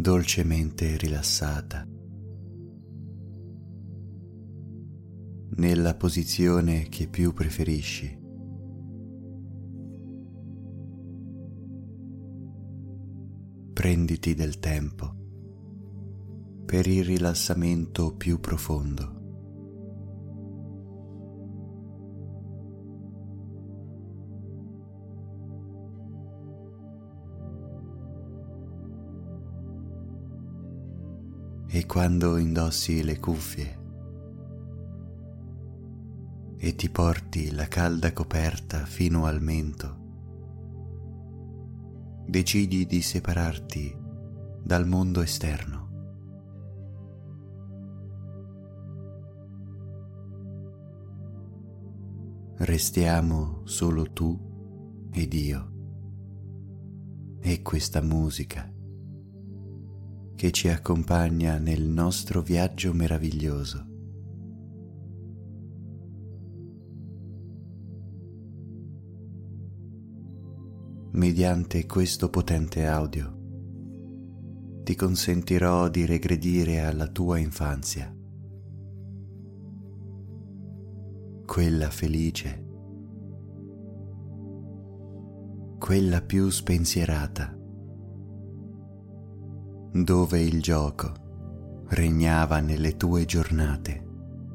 dolcemente rilassata, nella posizione che più preferisci. Prenditi del tempo per il rilassamento più profondo. E quando indossi le cuffie e ti porti la calda coperta fino al mento, decidi di separarti dal mondo esterno. Restiamo solo tu ed io e questa musica che ci accompagna nel nostro viaggio meraviglioso. Mediante questo potente audio ti consentirò di regredire alla tua infanzia, quella felice, quella più spensierata, dove il gioco regnava nelle tue giornate.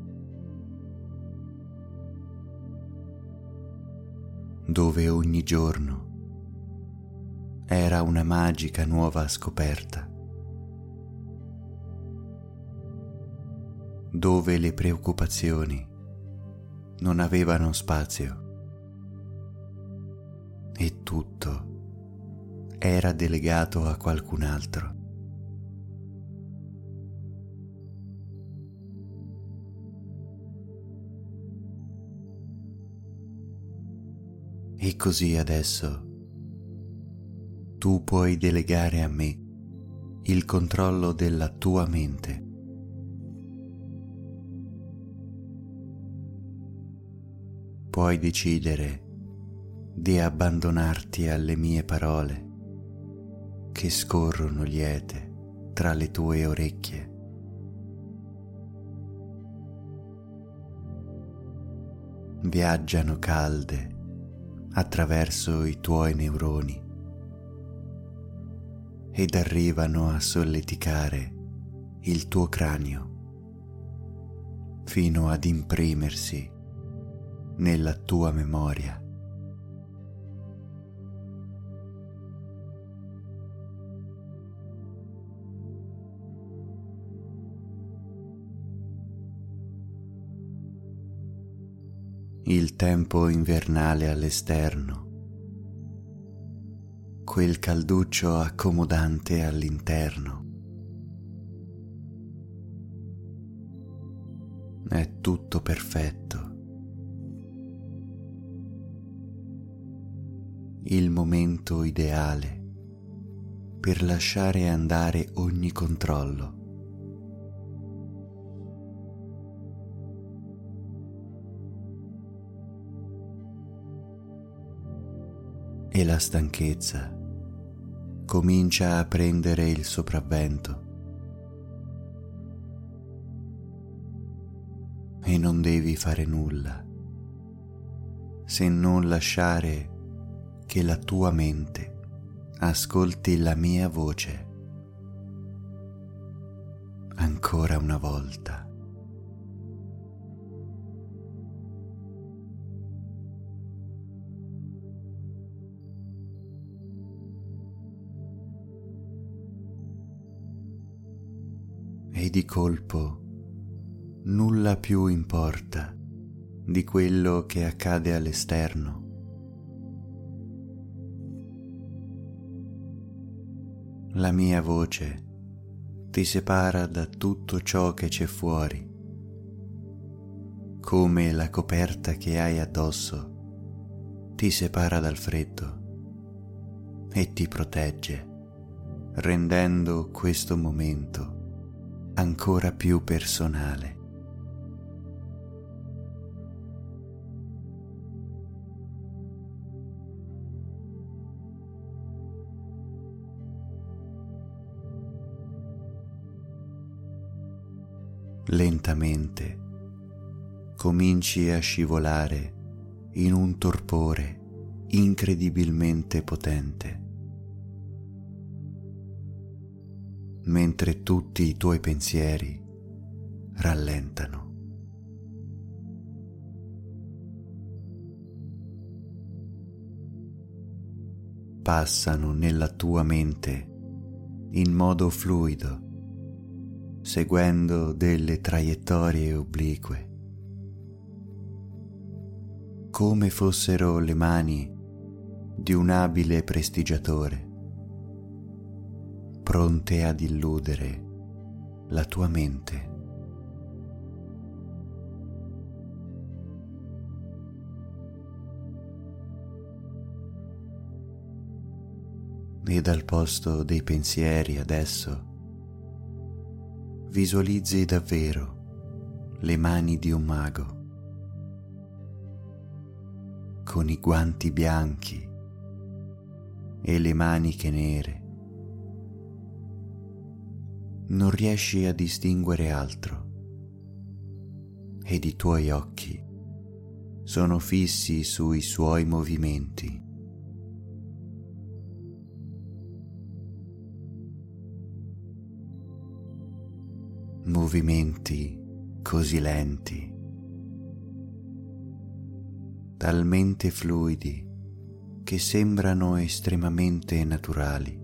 Dove ogni giorno era una magica nuova scoperta. Dove le preoccupazioni non avevano spazio e tutto era delegato a qualcun altro. E così adesso tu puoi delegare a me il controllo della tua mente. Puoi decidere di abbandonarti alle mie parole che scorrono liete tra le tue orecchie. Viaggiano calde attraverso i tuoi neuroni ed arrivano a solleticare il tuo cranio fino ad imprimersi nella tua memoria. Il tempo invernale all'esterno, quel calduccio accomodante all'interno, è tutto perfetto. Il momento ideale per lasciare andare ogni controllo. E la stanchezza comincia a prendere il sopravvento e non devi fare nulla se non lasciare che la tua mente ascolti la mia voce ancora una volta. E di colpo nulla più importa di quello che accade all'esterno. La mia voce ti separa da tutto ciò che c'è fuori, come la coperta che hai addosso ti separa dal freddo e ti protegge, rendendo questo momento ancora più personale. lentamente cominci a scivolare in un torpore incredibilmente potente, mentre tutti i tuoi pensieri rallentano. Passano nella tua mente in modo fluido, seguendo delle traiettorie oblique, come fossero le mani di un abile prestigiatore, pronte ad illudere la tua mente. E dal posto dei pensieri adesso visualizzi davvero le mani di un mago con i guanti bianchi e le maniche nere. Non riesci a distinguere altro ed i tuoi occhi sono fissi sui suoi movimenti. Movimenti così lenti, talmente fluidi che sembrano estremamente naturali.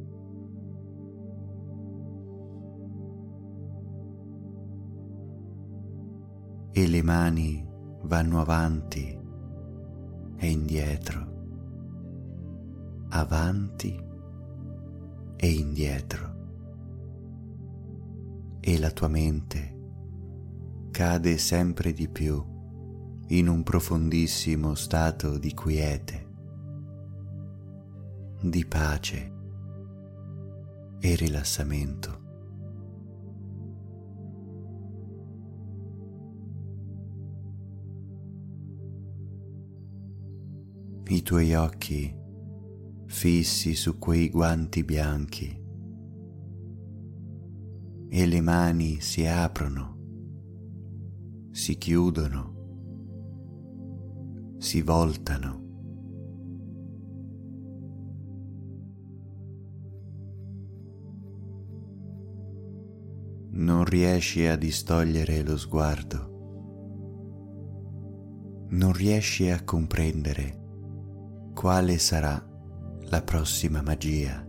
E le mani vanno avanti e indietro, avanti e indietro. E la tua mente cade sempre di più in un profondissimo stato di quiete, di pace e rilassamento. I tuoi occhi fissi su quei guanti bianchi e le mani si aprono, si chiudono, si voltano. Non riesci a distogliere lo sguardo, non riesci a comprendere quale sarà la prossima magia.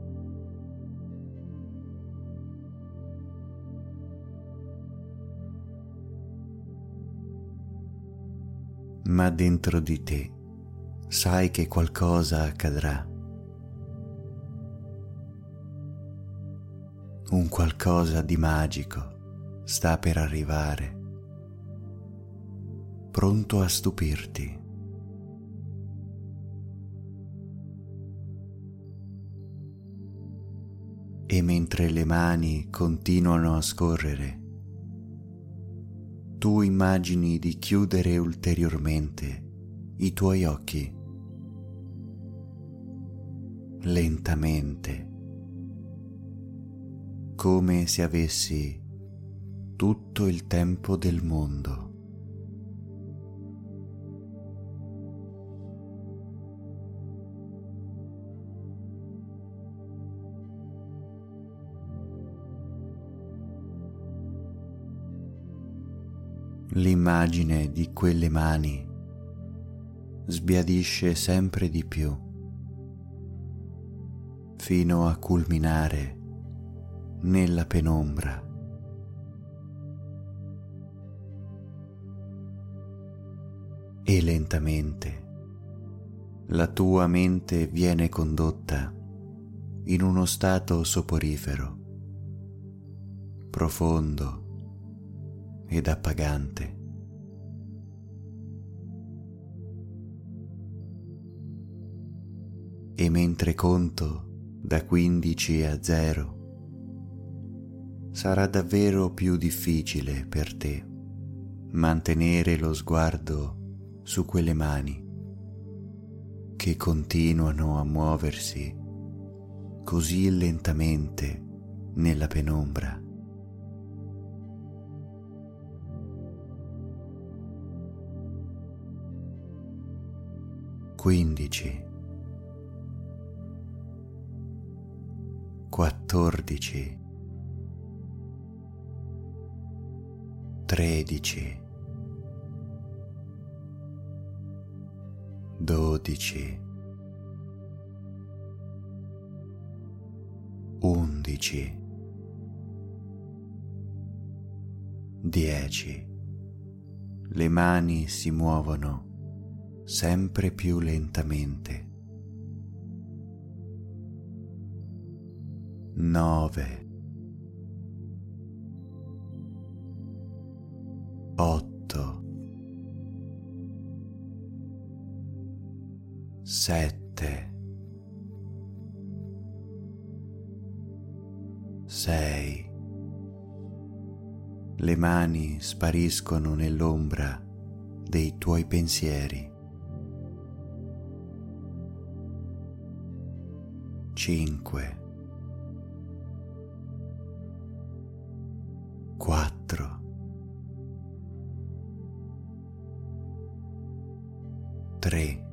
Ma dentro di te sai che qualcosa accadrà, un qualcosa di magico sta per arrivare, pronto a stupirti. E mentre le mani continuano a scorrere, tu immagini di chiudere ulteriormente i tuoi occhi, lentamente, come se avessi tutto il tempo del mondo. L'immagine di quelle mani sbiadisce sempre di più, fino a culminare nella penombra. E lentamente la tua mente viene condotta in uno stato soporifero, profondo ed appagante. E mentre conto da 15 a 0, sarà davvero più difficile per te mantenere lo sguardo su quelle mani che continuano a muoversi così lentamente nella penombra. 15, 14, 13, 12, 11, 10. Le mani si muovono sempre più lentamente. 9, 8, 7, 6. Le mani spariscono nell'ombra dei tuoi pensieri. 5, 4, 3,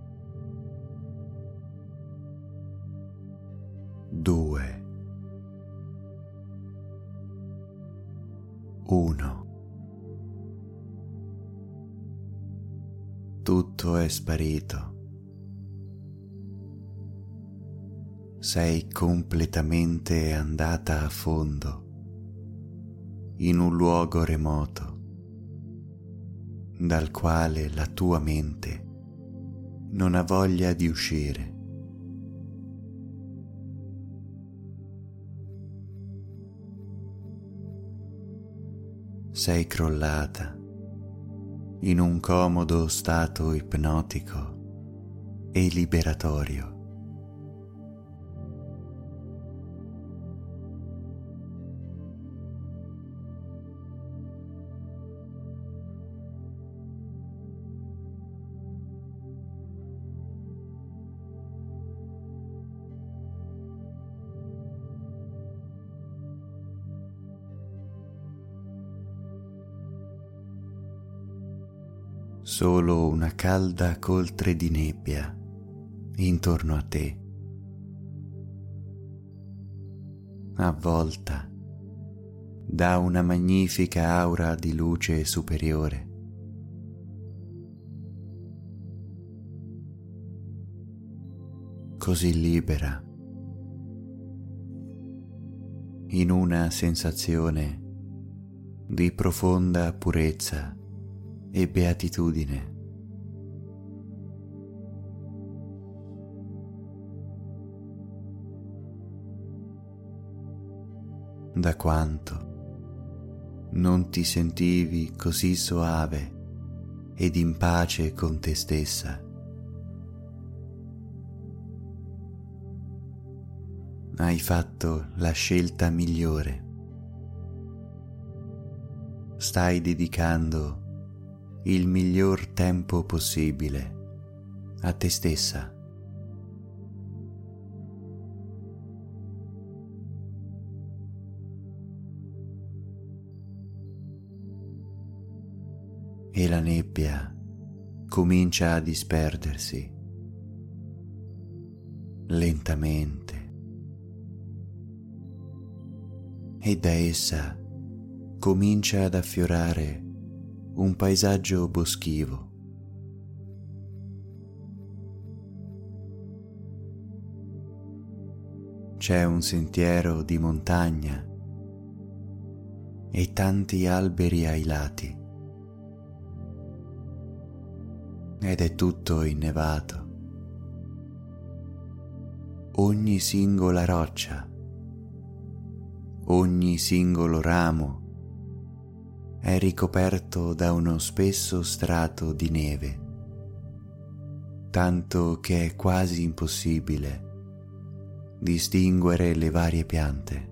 2, 1. Tutto è sparito. Sei completamente andata a fondo in un luogo remoto dal quale la tua mente non ha voglia di uscire. Sei crollata in un comodo stato ipnotico e liberatorio. Solo una calda coltre di nebbia intorno a te, avvolta da una magnifica aura di luce superiore. Così libera, in una sensazione di profonda purezza e beatitudine. Da quanto non ti sentivi così soave ed in pace con te stessa? Hai fatto la scelta migliore. Stai dedicando il miglior tempo possibile a te stessa. E la nebbia comincia a disperdersi lentamente e da essa comincia ad affiorare un paesaggio boschivo. C'è un sentiero di montagna e tanti alberi ai lati, ed è tutto innevato. Ogni singola roccia, ogni singolo ramo è ricoperto da uno spesso strato di neve, tanto che è quasi impossibile distinguere le varie piante.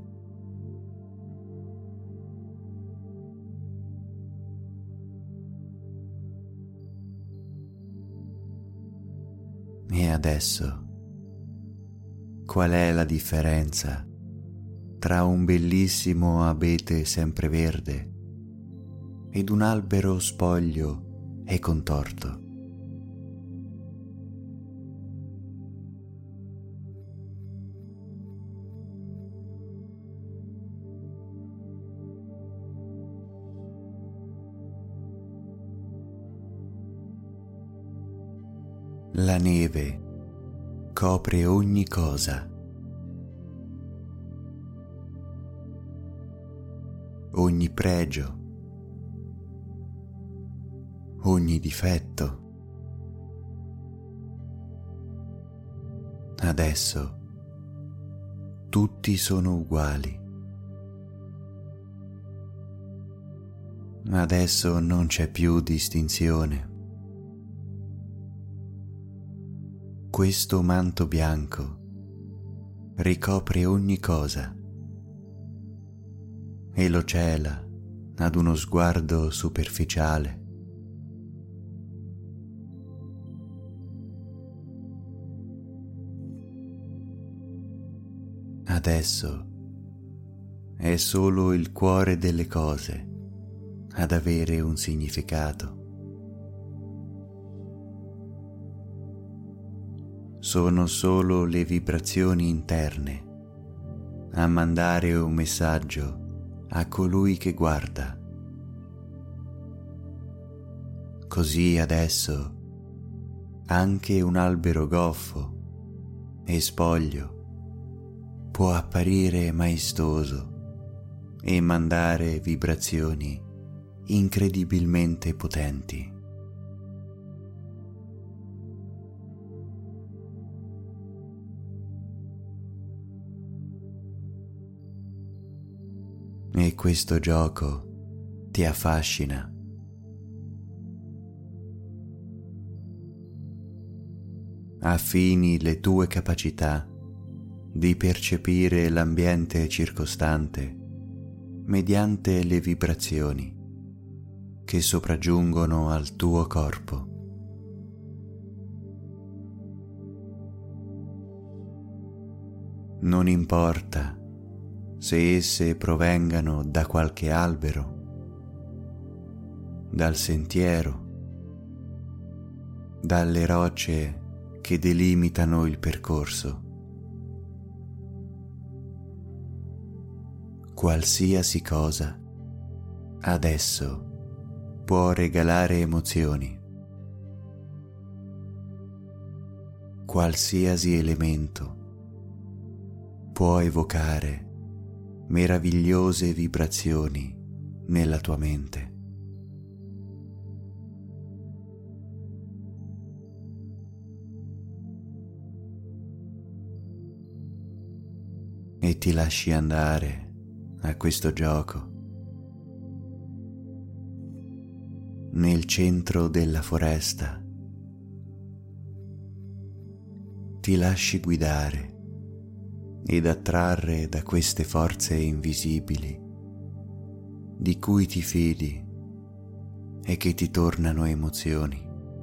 E adesso, qual è la differenza tra un bellissimo abete sempreverde ed un albero spoglio e contorto? La neve copre ogni cosa, ogni pregio, ogni difetto. Adesso tutti sono uguali. Adesso non c'è più distinzione. Questo manto bianco ricopre ogni cosa e lo cela ad uno sguardo superficiale. Adesso è solo il cuore delle cose ad avere un significato. Sono solo le vibrazioni interne a mandare un messaggio a colui che guarda. Così adesso anche un albero goffo e spoglio può apparire maestoso e mandare vibrazioni incredibilmente potenti. E questo gioco ti affascina. Affini le tue capacità di percepire l'ambiente circostante mediante le vibrazioni che sopraggiungono al tuo corpo. Non importa se esse provengano da qualche albero, dal sentiero, dalle rocce che delimitano il percorso. Qualsiasi cosa adesso può regalare emozioni. Qualsiasi elemento può evocare meravigliose vibrazioni nella tua mente. E ti lasci andare a questo gioco. Nel centro della foresta ti lasci guidare ed attrarre da queste forze invisibili di cui ti fidi e che ti tornano emozioni.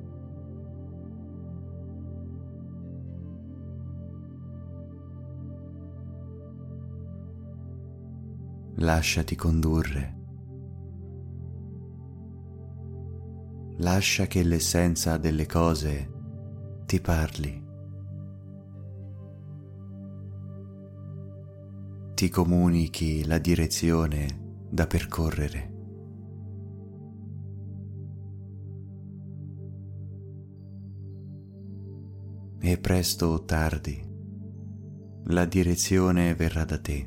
Lasciati condurre. Lascia che l'essenza delle cose ti parli. Ti comunichi la direzione da percorrere. E presto o tardi la direzione verrà da te.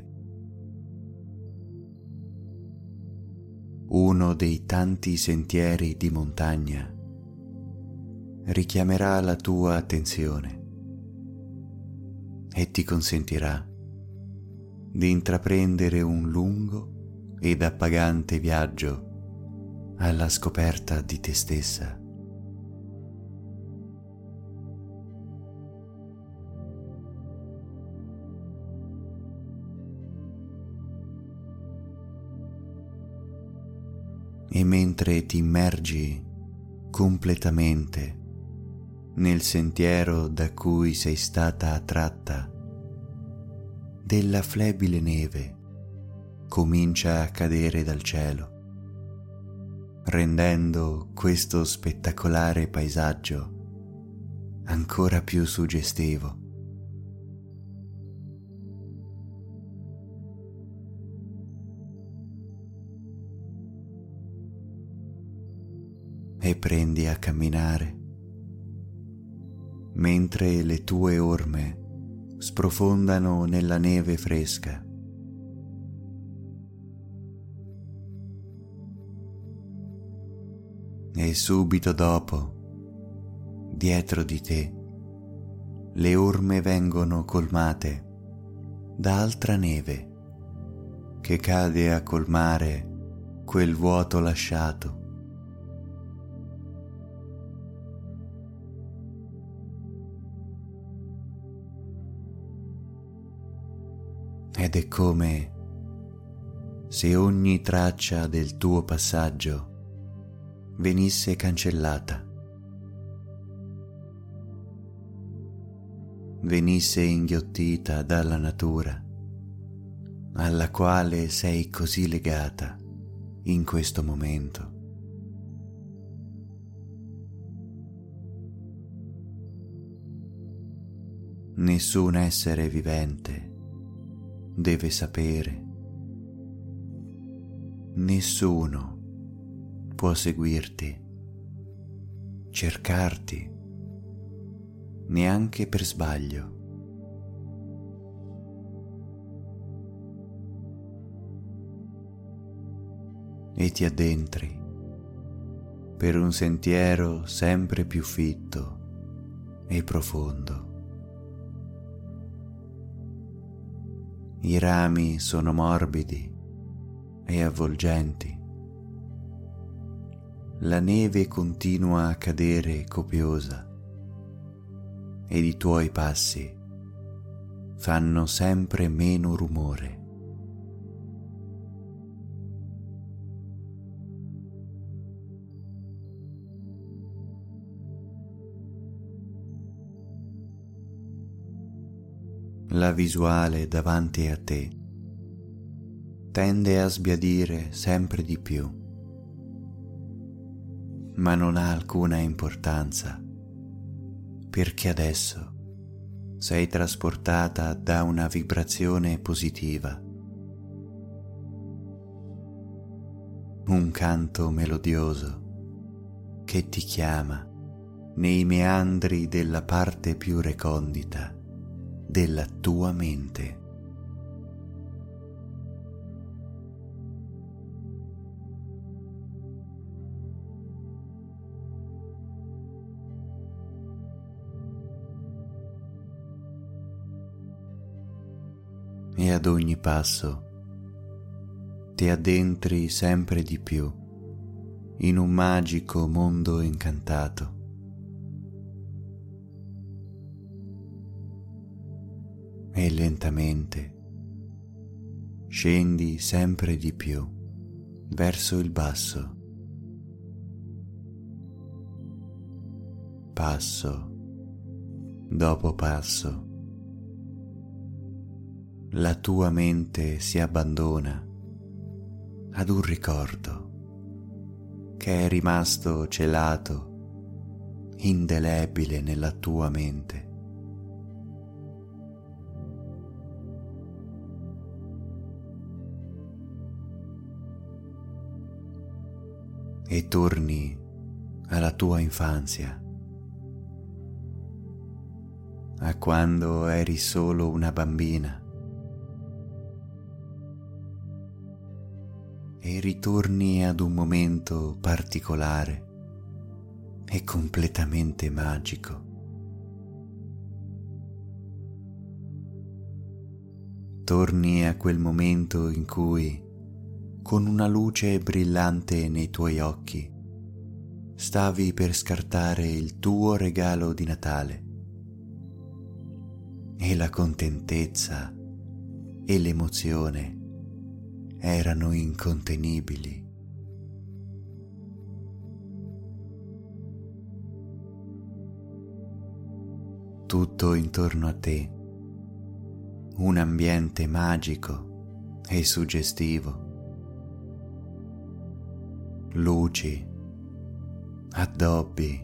Uno dei tanti sentieri di montagna richiamerà la tua attenzione e ti consentirà di intraprendere un lungo ed appagante viaggio alla scoperta di te stessa. E mentre ti immergi completamente nel sentiero da cui sei stata attratta, della flebile neve comincia a cadere dal cielo, rendendo questo spettacolare paesaggio ancora più suggestivo. E prendi a camminare mentre le tue orme sprofondano nella neve fresca. E subito dopo, dietro di te, le orme vengono colmate da altra neve che cade a colmare quel vuoto lasciato. Ed è come se ogni traccia del tuo passaggio venisse cancellata, venisse inghiottita dalla natura alla quale sei così legata in questo momento. Nessun essere vivente deve sapere, nessuno può seguirti, cercarti, neanche per sbaglio. E ti addentri per un sentiero sempre più fitto e profondo. I rami sono morbidi e avvolgenti. La neve continua a cadere copiosa ed i tuoi passi fanno sempre meno rumore. La visuale davanti a te tende a sbiadire sempre di più, ma non ha alcuna importanza, perché adesso sei trasportata da una vibrazione positiva, un canto melodioso che ti chiama nei meandri della parte più recondita della tua mente. E ad ogni passo ti addentri sempre di più in un magico mondo incantato. E lentamente scendi sempre di più verso il basso, passo dopo passo. La tua mente si abbandona ad un ricordo che è rimasto celato, indelebile nella tua mente. E torni alla tua infanzia, a quando eri solo una bambina, e ritorni ad un momento particolare e completamente magico. Torni a quel momento in cui, con una luce brillante nei tuoi occhi, stavi per scartare il tuo regalo di Natale e la contentezza e l'emozione erano incontenibili. Tutto intorno a te, un ambiente magico e suggestivo. Luci, addobbi,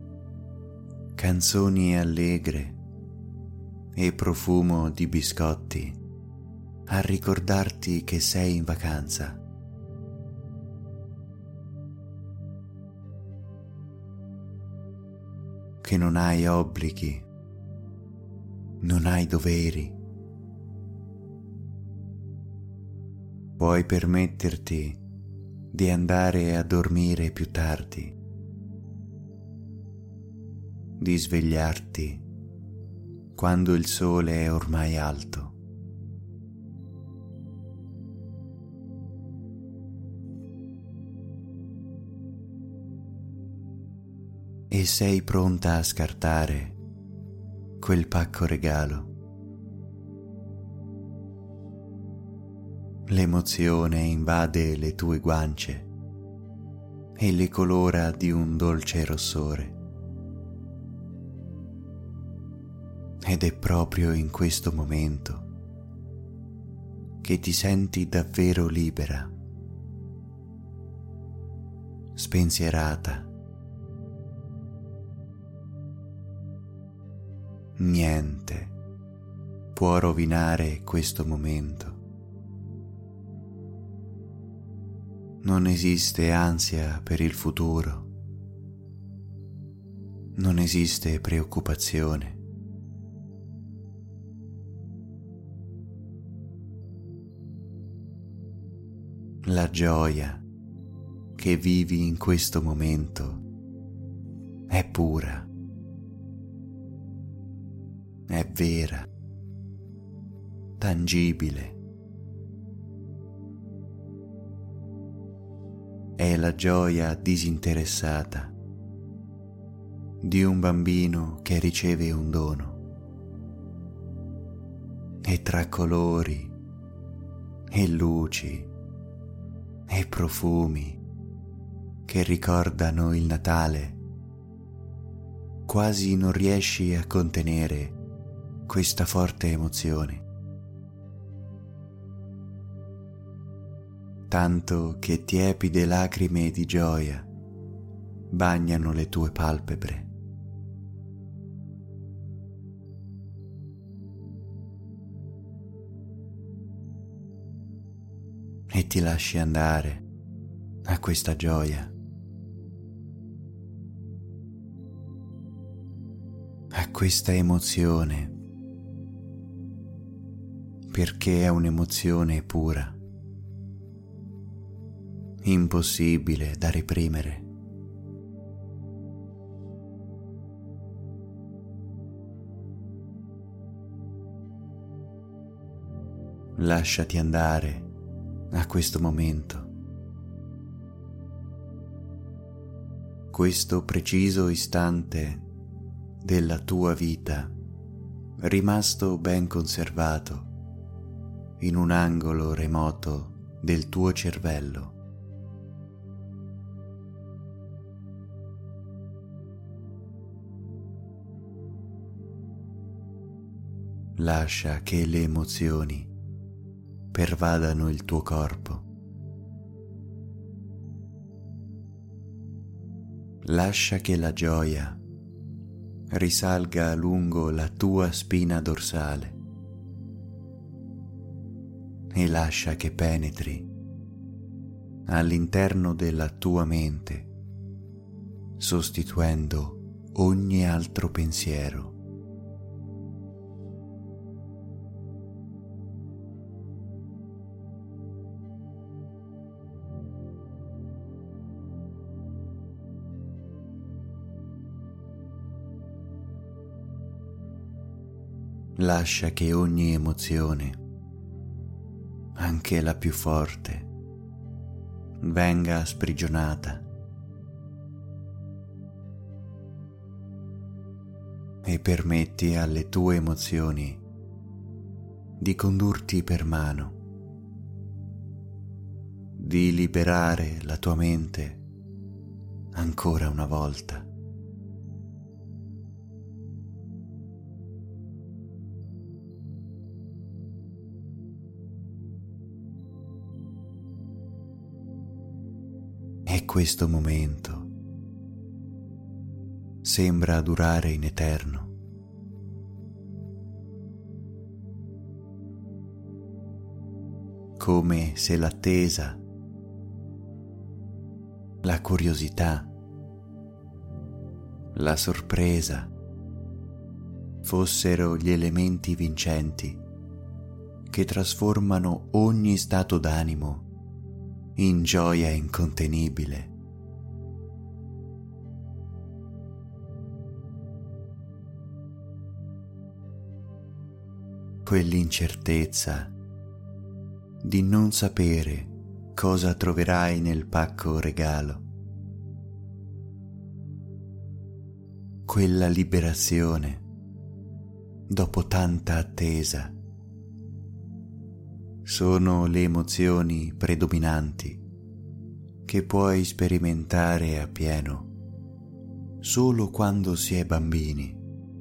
canzoni allegre e profumo di biscotti a ricordarti che sei in vacanza. che non hai obblighi, non hai doveri. Puoi permetterti di andare a dormire più tardi, di svegliarti quando il sole è ormai alto. E sei pronta a scartare quel pacco regalo. L'emozione invade le tue guance e le colora di un dolce rossore. Ed è proprio in questo momento che ti senti davvero libera, spensierata. Niente può rovinare questo momento. Non esiste ansia per il futuro, non esiste preoccupazione. La gioia che vivi in questo momento è pura, è vera, tangibile. È la gioia disinteressata di un bambino che riceve un dono. E tra colori e luci e profumi che ricordano il Natale, quasi non riesci a contenere questa forte emozione, tanto che tiepide lacrime di gioia bagnano le tue palpebre. E ti lasci andare a questa gioia, a questa emozione, perché è un'emozione pura, impossibile da reprimere. Lasciati andare a questo momento, questo preciso istante della tua vita rimasto ben conservato in un angolo remoto del tuo cervello. Lascia che le emozioni pervadano il tuo corpo. Lascia che la gioia risalga lungo la tua spina dorsale e lascia che penetri all'interno della tua mente, sostituendo ogni altro pensiero. Lascia che ogni emozione, anche la più forte, venga sprigionata e permetti alle tue emozioni di condurti per mano, di liberare la tua mente ancora una volta. E questo momento sembra durare in eterno. Come se l'attesa, la curiosità la sorpresa fossero gli elementi vincenti che trasformano ogni stato d'animo in gioia incontenibile. Quell'incertezza di non sapere cosa troverai nel pacco regalo, quella liberazione dopo tanta attesa, sono le emozioni predominanti che puoi sperimentare appieno solo quando si è bambini.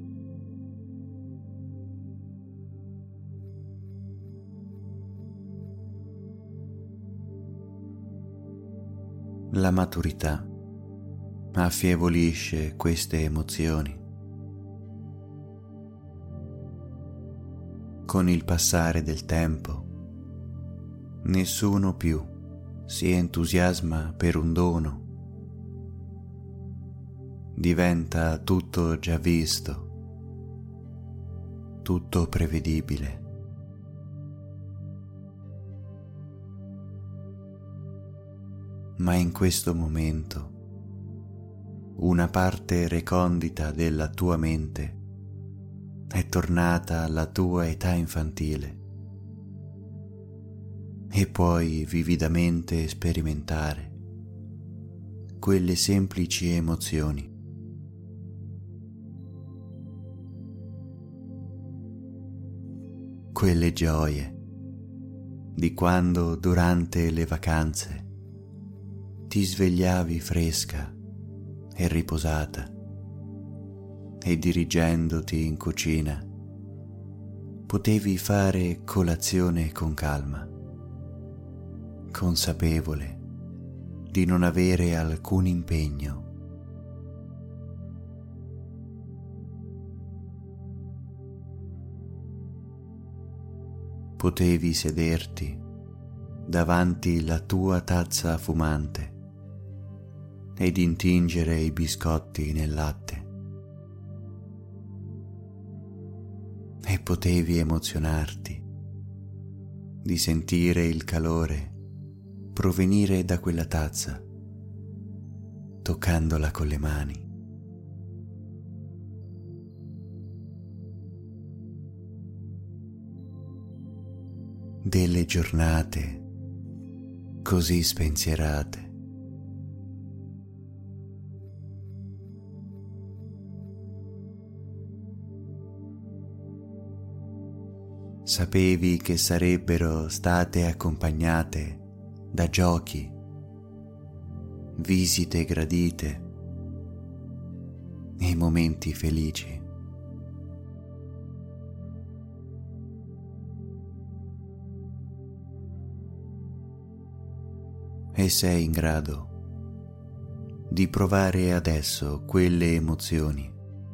La maturità affievolisce queste emozioni. Con il passare del tempo, nessuno più si entusiasma per un dono. Diventa tutto già visto, tutto prevedibile. Ma in questo momento, una parte recondita della tua mente è tornata alla tua età infantile e puoi vividamente sperimentare quelle semplici emozioni. Quelle gioie di quando durante le vacanze ti svegliavi fresca e riposata e dirigendoti in cucina potevi fare colazione con calma, consapevole di non avere alcun impegno. Potevi sederti davanti la tua tazza fumante ed intingere i biscotti nel latte. E potevi emozionarti di sentire il calore provenire da quella tazza, toccandola con le mani. Delle giornate così spensierate. Sapevi che sarebbero state accompagnate da giochi, visite gradite e momenti felici. E sei in grado di provare adesso quelle emozioni.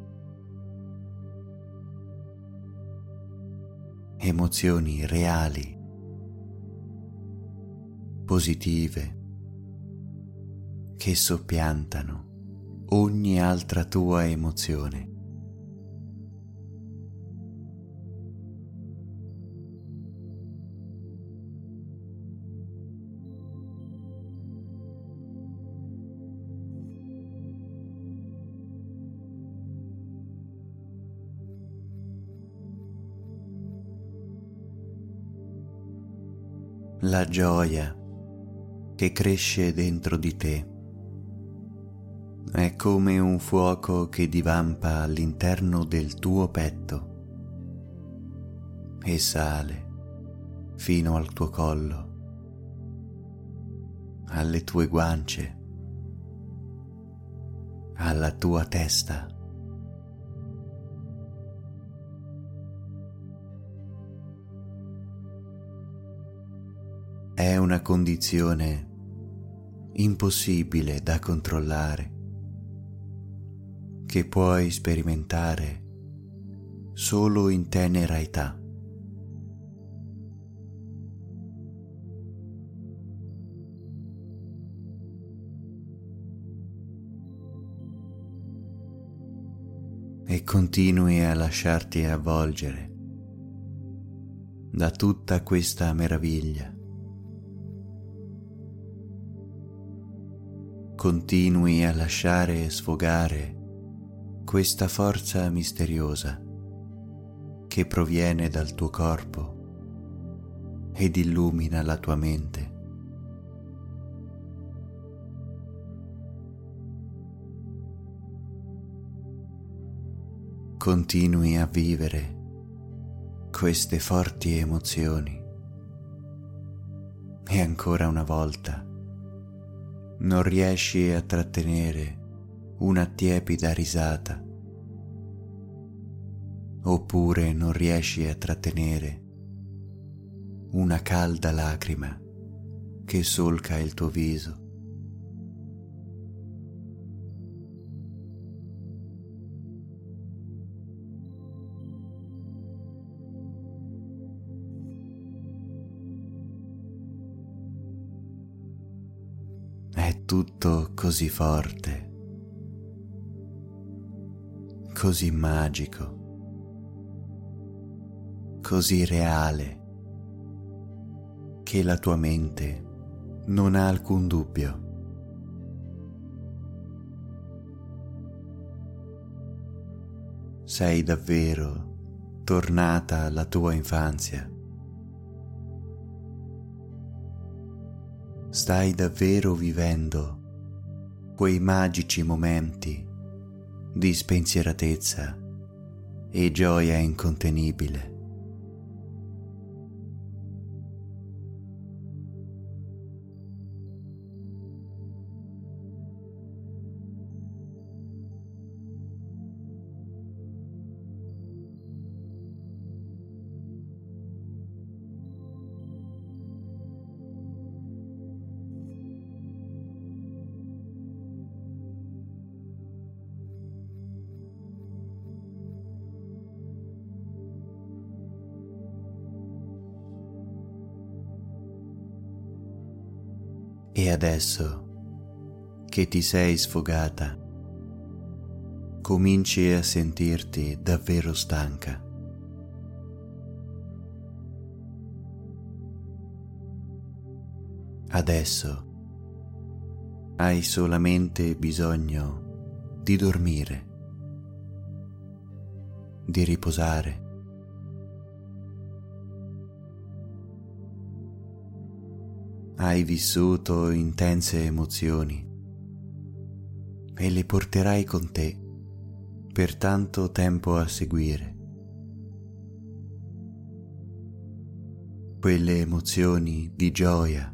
Emozioni reali, positive, che soppiantano ogni altra tua emozione. La gioia che cresce dentro di te è come un fuoco che divampa all'interno del tuo petto e sale fino al tuo collo, alle tue guance, alla tua testa. È una condizione impossibile da controllare, che puoi sperimentare solo in tenera età. e continui a lasciarti avvolgere da tutta questa meraviglia. Continui a lasciare sfogare questa forza misteriosa che proviene dal tuo corpo ed illumina la tua mente. Continui a vivere queste forti emozioni e ancora una volta non riesci a trattenere una tiepida risata, oppure non riesci a trattenere una calda lacrima che solca il tuo viso. È tutto così forte, così magico, così reale, che la tua mente non ha alcun dubbio. Sei davvero tornata alla tua infanzia. Stai davvero vivendo quei magici momenti di spensieratezza e gioia incontenibile. E adesso che ti sei sfogata, cominci a sentirti davvero stanca. Adesso hai solamente bisogno di dormire, di riposare. Hai vissuto intense emozioni e le porterai con te per tanto tempo a seguire. Quelle emozioni di gioia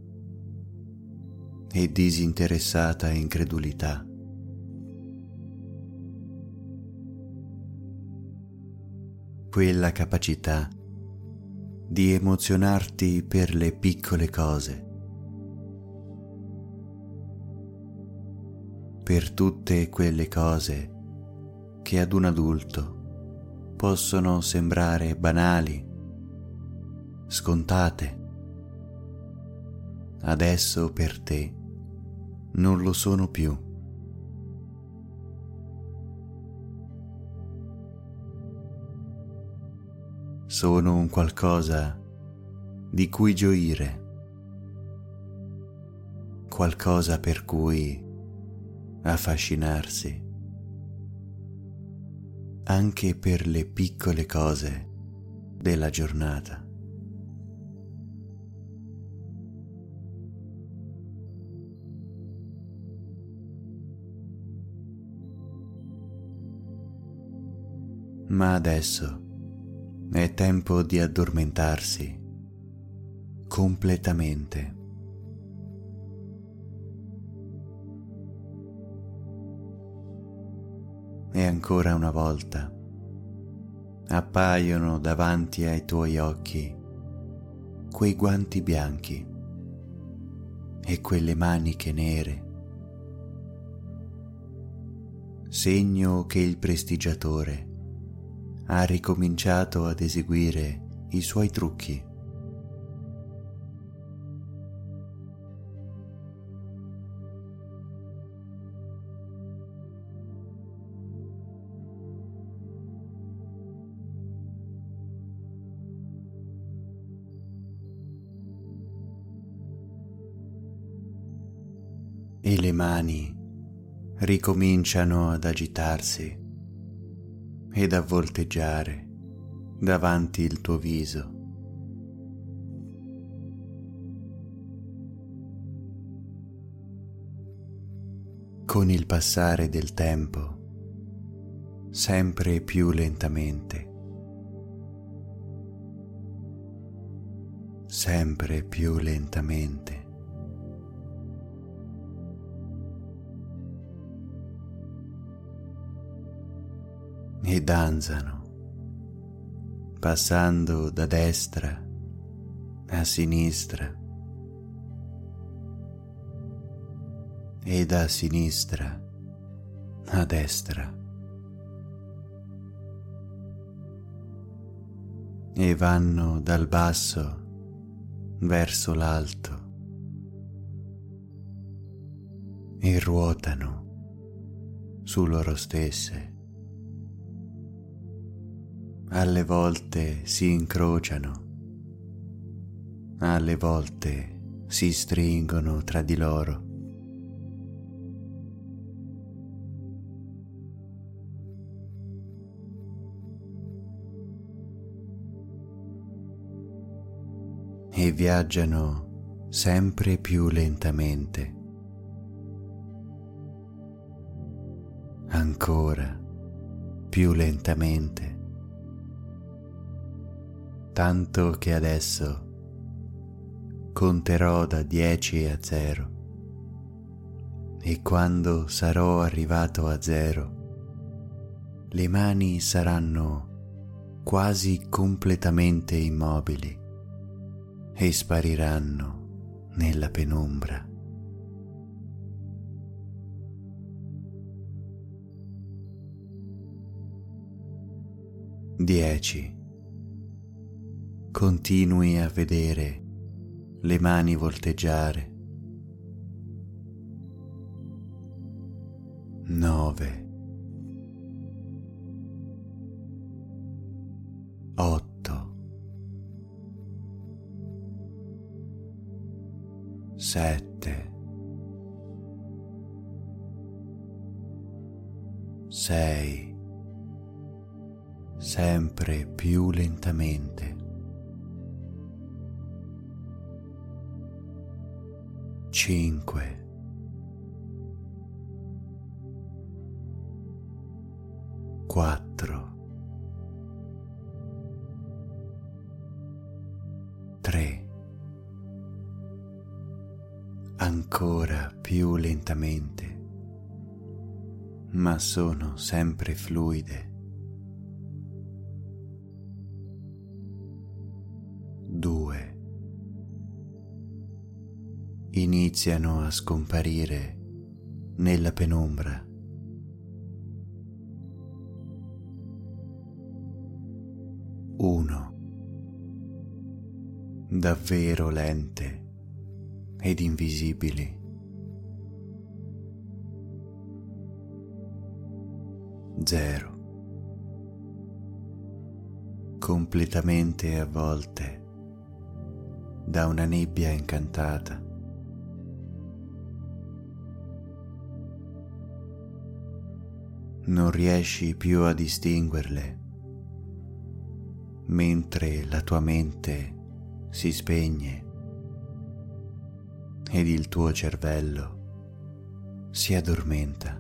e disinteressata incredulità. Quella capacità di emozionarti per le piccole cose, per tutte quelle cose che ad un adulto possono sembrare banali, scontate. Adesso per te non lo sono più. Sono un qualcosa di cui gioire, qualcosa per cui affascinarsi, anche per le piccole cose della giornata. Ma adesso è tempo di addormentarsi completamente. E ancora una volta appaiono davanti ai tuoi occhi quei guanti bianchi e quelle maniche nere, segno che il prestigiatore ha ricominciato ad eseguire i suoi trucchi. e le mani ricominciano ad agitarsi ed a volteggiare davanti il tuo viso. Con il passare del tempo, sempre più lentamente, sempre più lentamente, e danzano, passando da destra a sinistra e da sinistra a destra, e vanno dal basso verso l'alto e ruotano su loro stesse. Alle volte si incrociano, alle volte si stringono tra di loro. E viaggiano sempre più lentamente, ancora più lentamente, tanto che adesso conterò da 10 a 0 e quando sarò arrivato a 0 le mani saranno quasi completamente immobili e spariranno nella penombra. 10. Continui a vedere le mani volteggiare. 9. 8. 7. 6. Sempre più lentamente. 5. 4. 3. Ancora più lentamente, ma sono sempre fluide. 2. Iniziano a scomparire nella penombra. 1. Davvero lente ed invisibili. 0. Completamente avvolte da una nebbia incantata. Non riesci più a distinguerle, mentre la tua mente si spegne ed il tuo cervello si addormenta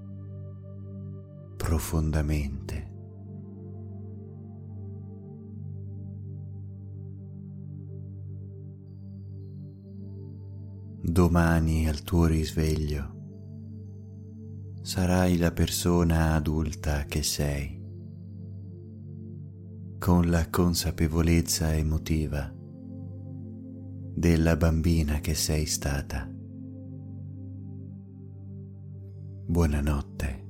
profondamente. Domani al tuo risveglio sarai la persona adulta che sei, con la consapevolezza emotiva della bambina che sei stata. Buonanotte.